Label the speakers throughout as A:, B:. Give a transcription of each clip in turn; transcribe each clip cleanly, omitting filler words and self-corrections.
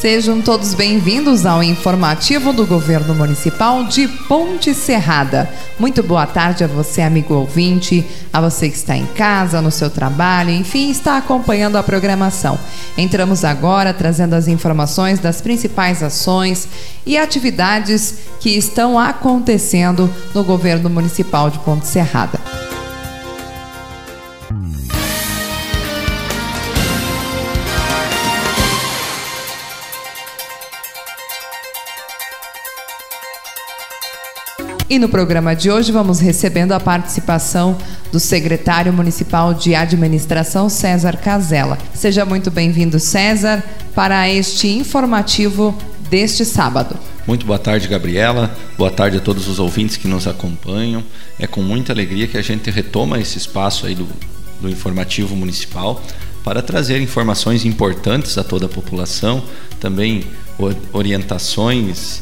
A: Sejam todos bem-vindos ao informativo do Governo Municipal de Ponte Serrada. Muito boa tarde a você, amigo ouvinte, a você que está em casa, no seu trabalho, enfim, está acompanhando a programação. Entramos agora trazendo as informações das principais ações e atividades que estão acontecendo no Governo Municipal de Ponte Serrada. E no programa de hoje vamos recebendo a participação do secretário municipal de administração, César Casella. Seja muito bem-vindo, César, para este informativo deste sábado.
B: Muito boa tarde, Gabriela. Boa tarde a todos os ouvintes que nos acompanham. É com muita alegria que a gente retoma esse espaço aí do informativo municipal para trazer informações importantes a toda a população, também orientações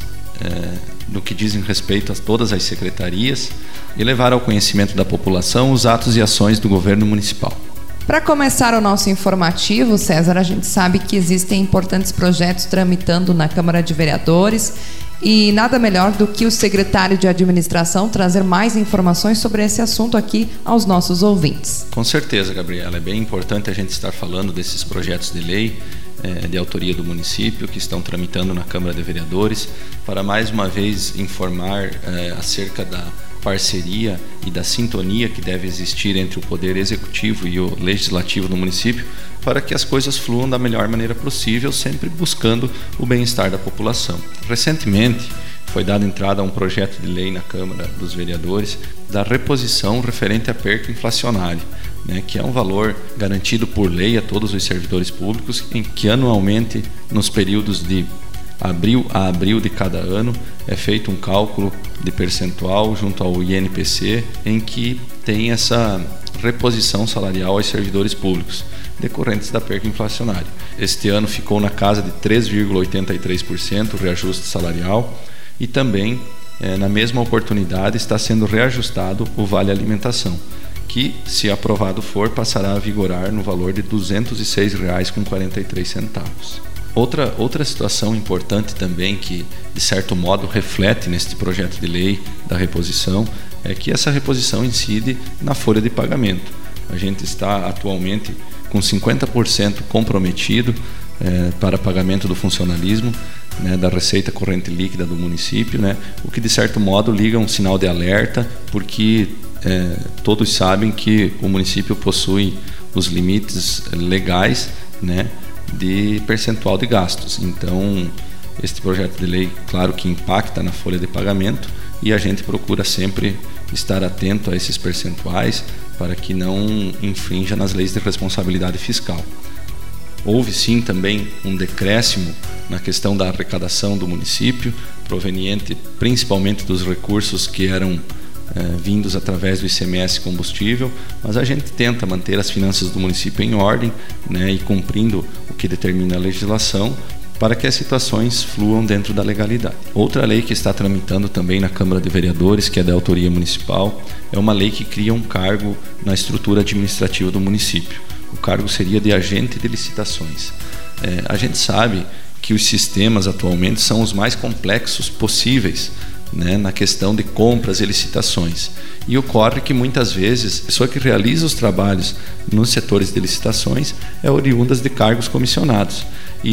B: no que dizem respeito a todas as secretarias e levar ao conhecimento da população os atos e ações do governo municipal.
A: Para começar o nosso informativo, César, a gente sabe que existem importantes projetos tramitando na Câmara de Vereadores e nada melhor do que o secretário de administração trazer mais informações sobre esse assunto aqui aos nossos ouvintes.
B: Com certeza, Gabriela, é bem importante a gente estar falando desses projetos de lei de autoria do município que estão tramitando na Câmara de Vereadores para mais uma vez informar acerca da parceria e da sintonia que deve existir entre o Poder Executivo e o Legislativo do município para que as coisas fluam da melhor maneira possível, sempre buscando o bem-estar da população. Recentemente foi dada entrada a um projeto de lei na Câmara dos Vereadores da reposição referente a perca inflacionária, que é um valor garantido por lei a todos os servidores públicos, em que anualmente, nos períodos de abril a abril de cada ano, é feito um cálculo de percentual junto ao INPC, em que tem essa reposição salarial aos servidores públicos, decorrentes da perca inflacionária. Este ano ficou na casa de 3,83% o reajuste salarial e também, na mesma oportunidade, está sendo reajustado o Vale Alimentação, que, se aprovado for, passará a vigorar no valor de R$ 206,43. Outra situação importante também que, de certo modo, reflete neste projeto de lei da reposição é que essa reposição incide na folha de pagamento. A gente está atualmente com 50% comprometido para pagamento do funcionalismo, da receita corrente líquida do município, o que de certo modo liga um sinal de alerta, porque todos sabem que o município possui os limites legais, de percentual de gastos. Então, este projeto de lei, claro que impacta na folha de pagamento e a gente procura sempre estar atento a esses percentuais para que não infrinja nas leis de responsabilidade fiscal. Houve sim também um decréscimo na questão da arrecadação do município, proveniente principalmente dos recursos que eram vindos através do ICMS combustível, mas a gente tenta manter as finanças do município em ordem, e cumprindo o que determina a legislação para que as situações fluam dentro da legalidade. Outra lei que está tramitando também na Câmara de Vereadores, que é da autoria municipal, é uma lei que cria um cargo na estrutura administrativa do município. O cargo seria de agente de licitações. A gente sabe que os sistemas atualmente são os mais complexos possíveis, na questão de compras e licitações. E ocorre que muitas vezes a pessoa que realiza os trabalhos nos setores de licitações é oriundas de cargos comissionados. E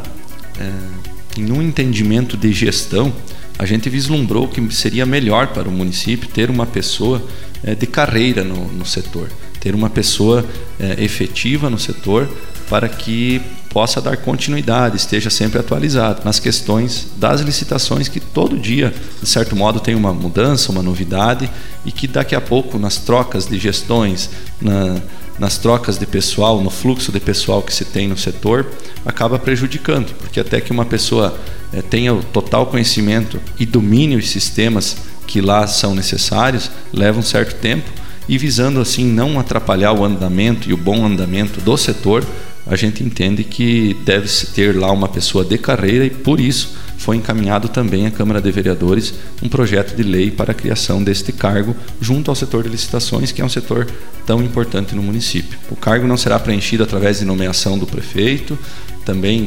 B: num entendimento de gestão, a gente vislumbrou que seria melhor para o município ter uma pessoa de carreira no setor, ter uma pessoa efetiva no setor para que possa dar continuidade, esteja sempre atualizado nas questões das licitações, que todo dia, de certo modo, tem uma mudança, uma novidade, e que daqui a pouco, nas trocas de gestões, nas trocas de pessoal, no fluxo de pessoal que se tem no setor, acaba prejudicando, porque até que uma pessoa tenha o total conhecimento e domine os sistemas que lá são necessários, leva um certo tempo, e visando assim não atrapalhar o andamento e o bom andamento do setor, a gente entende que deve-se ter lá uma pessoa de carreira e por isso foi encaminhado também à Câmara de Vereadores um projeto de lei para a criação deste cargo junto ao setor de licitações, que é um setor tão importante no município. O cargo não será preenchido através de nomeação do prefeito, também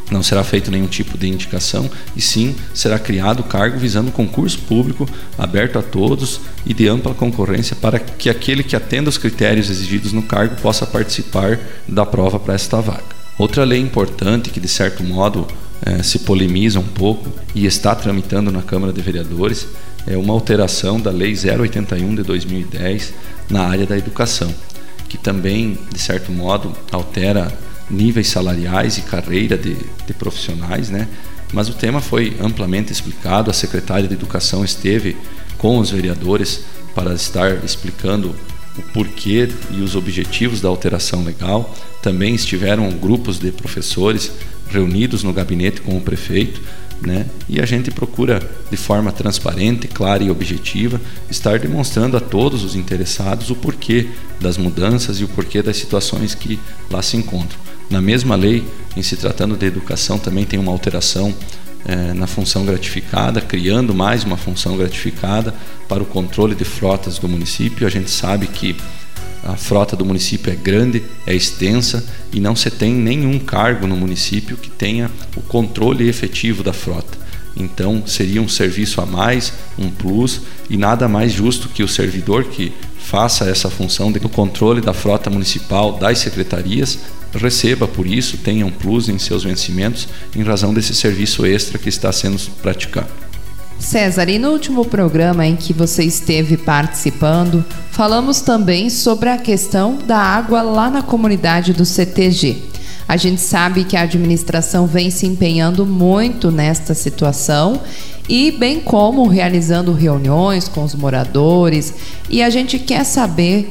B: Não será feito nenhum tipo de indicação e sim será criado o cargo visando concurso público aberto a todos e de ampla concorrência para que aquele que atenda os critérios exigidos no cargo possa participar da prova para esta vaga. Outra lei importante que de certo modo se polemiza um pouco e está tramitando na Câmara de Vereadores é uma alteração da Lei 081 de 2010 na área da educação, que também de certo modo altera níveis salariais e carreira de profissionais, né? Mas o tema foi amplamente explicado, a secretária de Educação esteve com os vereadores para estar explicando o porquê e os objetivos da alteração legal. Também estiveram grupos de professores reunidos no gabinete com o prefeito, né? E a gente procura de forma transparente, clara e objetiva estar demonstrando a todos os interessados o porquê das mudanças e o porquê das situações que lá se encontram. Na mesma lei, em se tratando de educação, também tem uma alteração na função gratificada, criando mais uma função gratificada para o controle de frotas do município. A gente sabe que a frota do município é grande, é extensa e não se tem nenhum cargo no município que tenha o controle efetivo da frota. Então seria um serviço a mais, um plus, e nada mais justo que o servidor que faça essa função do controle da frota municipal das secretarias receba por isso, tenha um plus em seus vencimentos em razão desse serviço extra que está sendo praticado.
A: César, e no último programa em que você esteve participando, falamos também sobre a questão da água lá na comunidade do CTG. A gente sabe que a administração vem se empenhando muito nesta situação e bem como realizando reuniões com os moradores, e a gente quer saber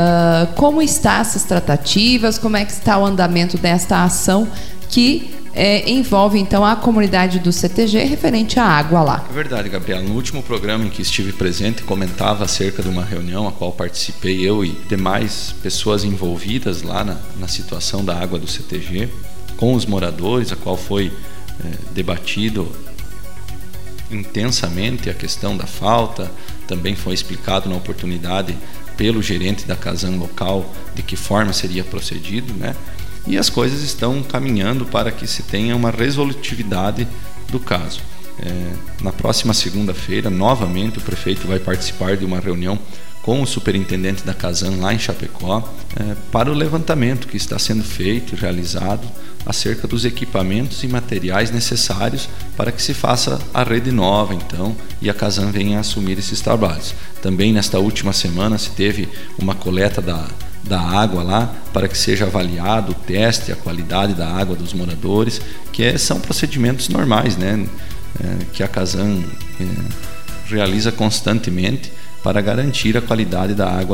A: como estão essas tratativas, como é que está o andamento desta ação que envolve então a comunidade do CTG referente à água lá.
B: É verdade, Gabriela. No último programa em que estive presente, comentava acerca de uma reunião a qual participei eu e demais pessoas envolvidas lá na situação da água do CTG, com os moradores, a qual foi debatido intensamente a questão da falta. Também foi explicado na oportunidade pelo gerente da Casan local de que forma seria procedido, né? E as coisas estão caminhando para que se tenha uma resolutividade do caso. Na próxima segunda-feira, novamente, o prefeito vai participar de uma reunião com o superintendente da Casan lá em Chapecó para o levantamento que está sendo feito, realizado, acerca dos equipamentos e materiais necessários para que se faça a rede nova, então, e a Casan venha assumir esses trabalhos. Também nesta última semana se teve uma coleta da água lá para que seja avaliado o teste, a qualidade da água dos moradores, que são procedimentos normais, né? Que a Casan realiza constantemente para garantir a qualidade da água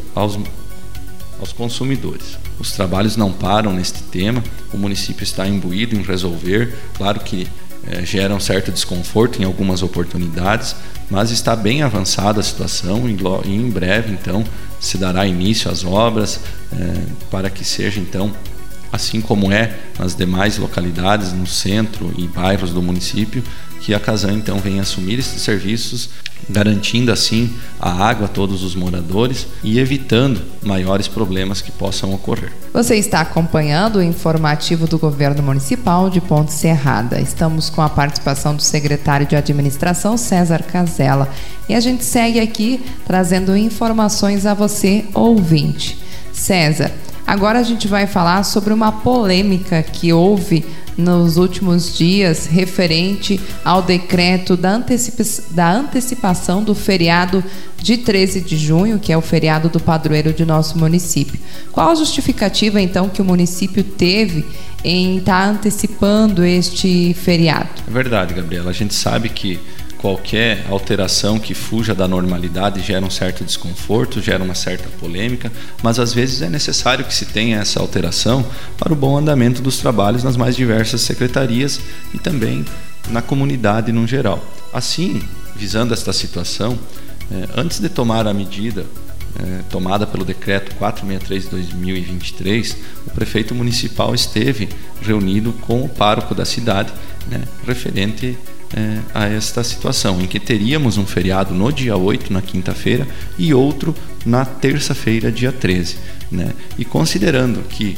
B: aos consumidores. Os trabalhos não param neste tema, o município está imbuído em resolver, claro que gera um certo desconforto em algumas oportunidades, mas está bem avançada a situação e em breve então se dará início às obras para que seja então, assim como é nas demais localidades, no centro e bairros do município, que a Casan então venha assumir esses serviços, garantindo assim a água a todos os moradores e evitando maiores problemas que possam ocorrer.
A: Você está acompanhando o informativo do Governo Municipal de Ponte Serrada. Estamos com a participação do secretário de Administração, César Casella, e a gente segue aqui trazendo informações a você, ouvinte. César, agora a gente vai falar sobre uma polêmica que houve nos últimos dias referente ao decreto da antecipação do feriado de 13 de junho, que é o feriado do padroeiro de nosso município. Qual a justificativa, então, que o município teve em estar antecipando este feriado?
B: É verdade, Gabriela. A gente sabe que qualquer alteração que fuja da normalidade gera um certo desconforto, gera uma certa polêmica, mas às vezes é necessário que se tenha essa alteração para o bom andamento dos trabalhos nas mais diversas secretarias e também na comunidade no geral. Assim, visando esta situação, antes de tomar a medida tomada pelo decreto 463 de 2023, o prefeito municipal esteve reunido com o pároco da cidade, referente a esta situação, em que teríamos um feriado no dia 8, na quinta-feira, e outro na terça-feira, dia 13. E considerando que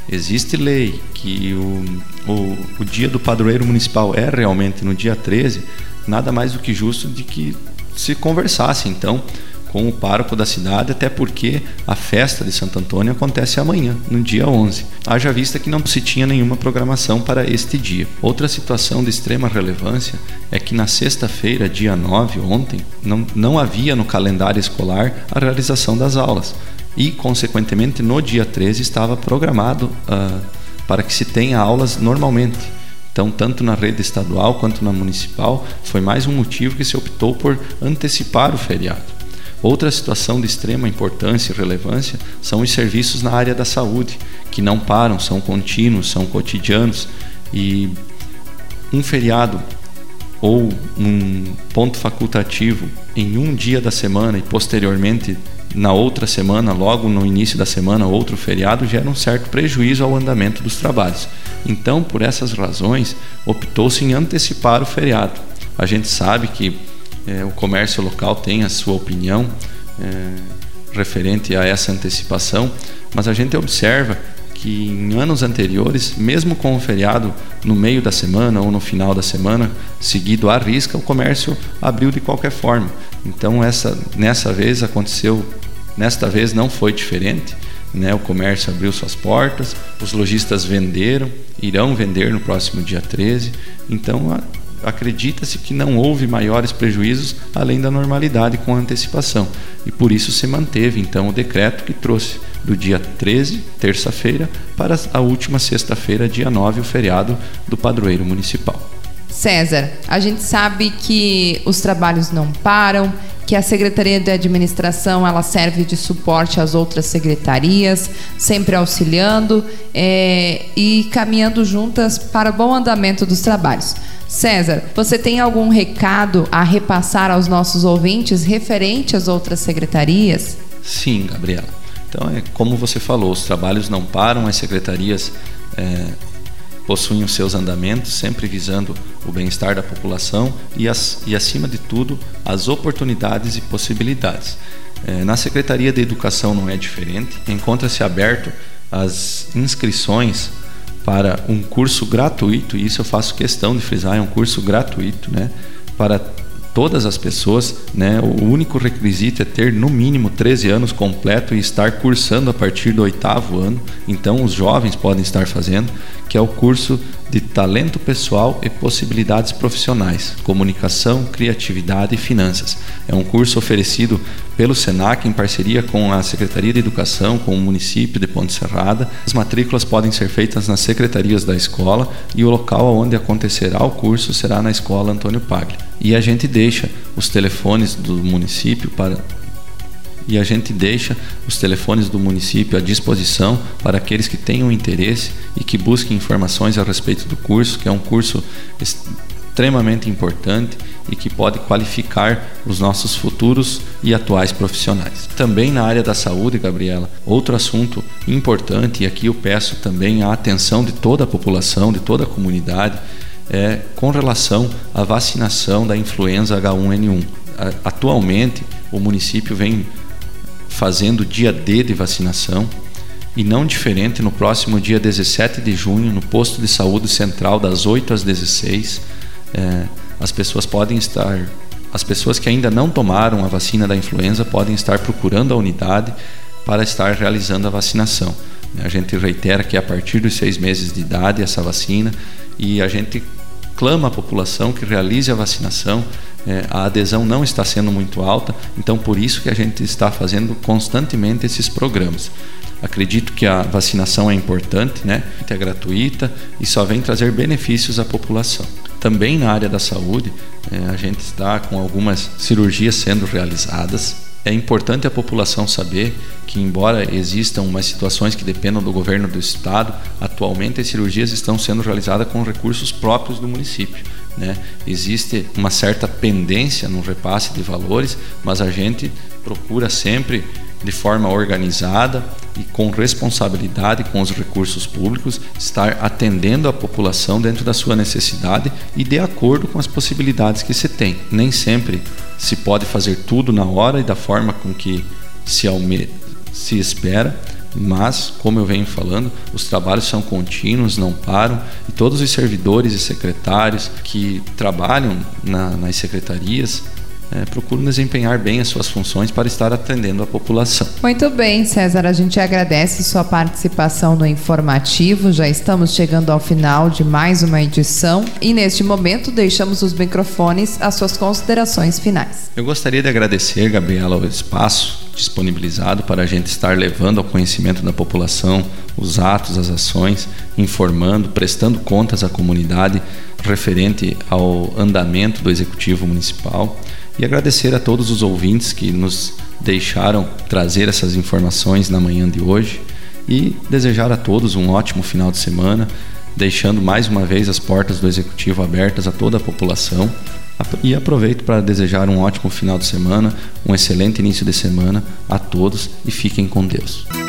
B: existe lei que o dia do padroeiro municipal é realmente no dia 13, nada mais do que justo de que se conversasse então com o pároco da cidade, até porque a festa de Santo Antônio acontece amanhã, no dia 11. Haja vista que não se tinha nenhuma programação para este dia. Outra situação de extrema relevância é que na sexta-feira, dia 9, ontem, não havia no calendário escolar a realização das aulas e, consequentemente, no dia 13 estava programado para que se tenha aulas normalmente. Então, tanto na rede estadual quanto na municipal, foi mais um motivo que se optou por antecipar o feriado. Outra situação de extrema importância e relevância são os serviços na área da saúde, que não param, são contínuos, são cotidianos, e um feriado ou um ponto facultativo em um dia da semana e posteriormente na outra semana, logo no início da semana, outro feriado, gera um certo prejuízo ao andamento dos trabalhos. Então, por essas razões, optou-se em antecipar o feriado. A gente sabe que o comércio local tem a sua opinião referente a essa antecipação, mas a gente observa que em anos anteriores, mesmo com o feriado no meio da semana ou no final da semana, seguido à risca, o comércio abriu de qualquer forma. Então nessa vez aconteceu, nesta vez não foi diferente, né? O comércio abriu suas portas, os lojistas venderam, irão vender no próximo dia 13, então acredita-se que não houve maiores prejuízos além da normalidade com antecipação, e por isso se manteve então o decreto que trouxe do dia 13, terça-feira, para a última sexta-feira, dia 9, o feriado do padroeiro municipal.
A: César, a gente sabe que os trabalhos não param, que a Secretaria de Administração ela serve de suporte às outras secretarias, sempre auxiliando e caminhando juntas para o bom andamento dos trabalhos. César, você tem algum recado a repassar aos nossos ouvintes referente às outras secretarias?
B: Sim, Gabriela. Então, como você falou, os trabalhos não param, as secretarias possuem os seus andamentos, sempre visando o bem-estar da população e, acima de tudo, as oportunidades e possibilidades. Na Secretaria de Educação não é diferente, encontra-se aberto as inscrições para um curso gratuito, e isso eu faço questão de frisar, é um curso gratuito, né, para todas as pessoas, né? O único requisito é ter no mínimo 13 anos completo e estar cursando a partir do 8º ano. Então os jovens podem estar fazendo, que é o curso de Talento Pessoal e Possibilidades Profissionais, Comunicação, Criatividade e Finanças. É um curso oferecido pelo SENAC em parceria com a Secretaria de Educação, com o município de Ponte Serrada. As matrículas podem ser feitas nas secretarias da escola e o local onde acontecerá o curso será na Escola Antônio Paglia. E a gente deixa os telefones do município à disposição para aqueles que tenham interesse e que busquem informações a respeito do curso, que é um curso extremamente importante e que pode qualificar os nossos futuros e atuais profissionais. Também na área da saúde, Gabriela, outro assunto importante, e aqui eu peço também a atenção de toda a população, de toda a comunidade, com relação à vacinação da influenza H1N1. Atualmente, o município vem fazendo dia D de vacinação, e não diferente no próximo dia 17 de junho, no posto de saúde central, das 8 às 16, as pessoas que ainda não tomaram a vacina da influenza podem estar procurando a unidade para estar realizando a vacinação. A gente reitera que é a partir dos 6 meses de idade essa vacina, e a gente clama à população que realize a vacinação. A adesão não está sendo muito alta, então por isso que a gente está fazendo constantemente esses programas. Acredito que a vacinação é importante, né? É gratuita e só vem trazer benefícios à população. Também na área da saúde, a gente está com algumas cirurgias sendo realizadas. É importante a população saber que, embora existam umas situações que dependam do governo do estado, atualmente as cirurgias estão sendo realizadas com recursos próprios do município, né? Existe uma certa pendência no repasse de valores, mas a gente procura sempre, de forma organizada e com responsabilidade com os recursos públicos, estar atendendo a população dentro da sua necessidade e de acordo com as possibilidades que se tem. Nem sempre se pode fazer tudo na hora e da forma com que se espera, Mas, como eu venho falando, os trabalhos são contínuos, não param, e todos os servidores e secretários que trabalham nas secretarias procuram desempenhar bem as suas funções para estar atendendo a população.
A: Muito bem, César, a gente agradece sua participação no informativo. Já estamos chegando ao final de mais uma edição e neste momento deixamos os microfones às suas considerações finais.
B: Eu gostaria de agradecer, Gabriela, o espaço disponibilizado para a gente estar levando ao conhecimento da população os atos, as ações, informando, prestando contas à comunidade referente ao andamento do Executivo Municipal. E agradecer a todos os ouvintes que nos deixaram trazer essas informações na manhã de hoje e desejar a todos um ótimo final de semana, deixando mais uma vez as portas do Executivo abertas a toda a população. E aproveito para desejar um ótimo final de semana, um excelente início de semana a todos e fiquem com Deus.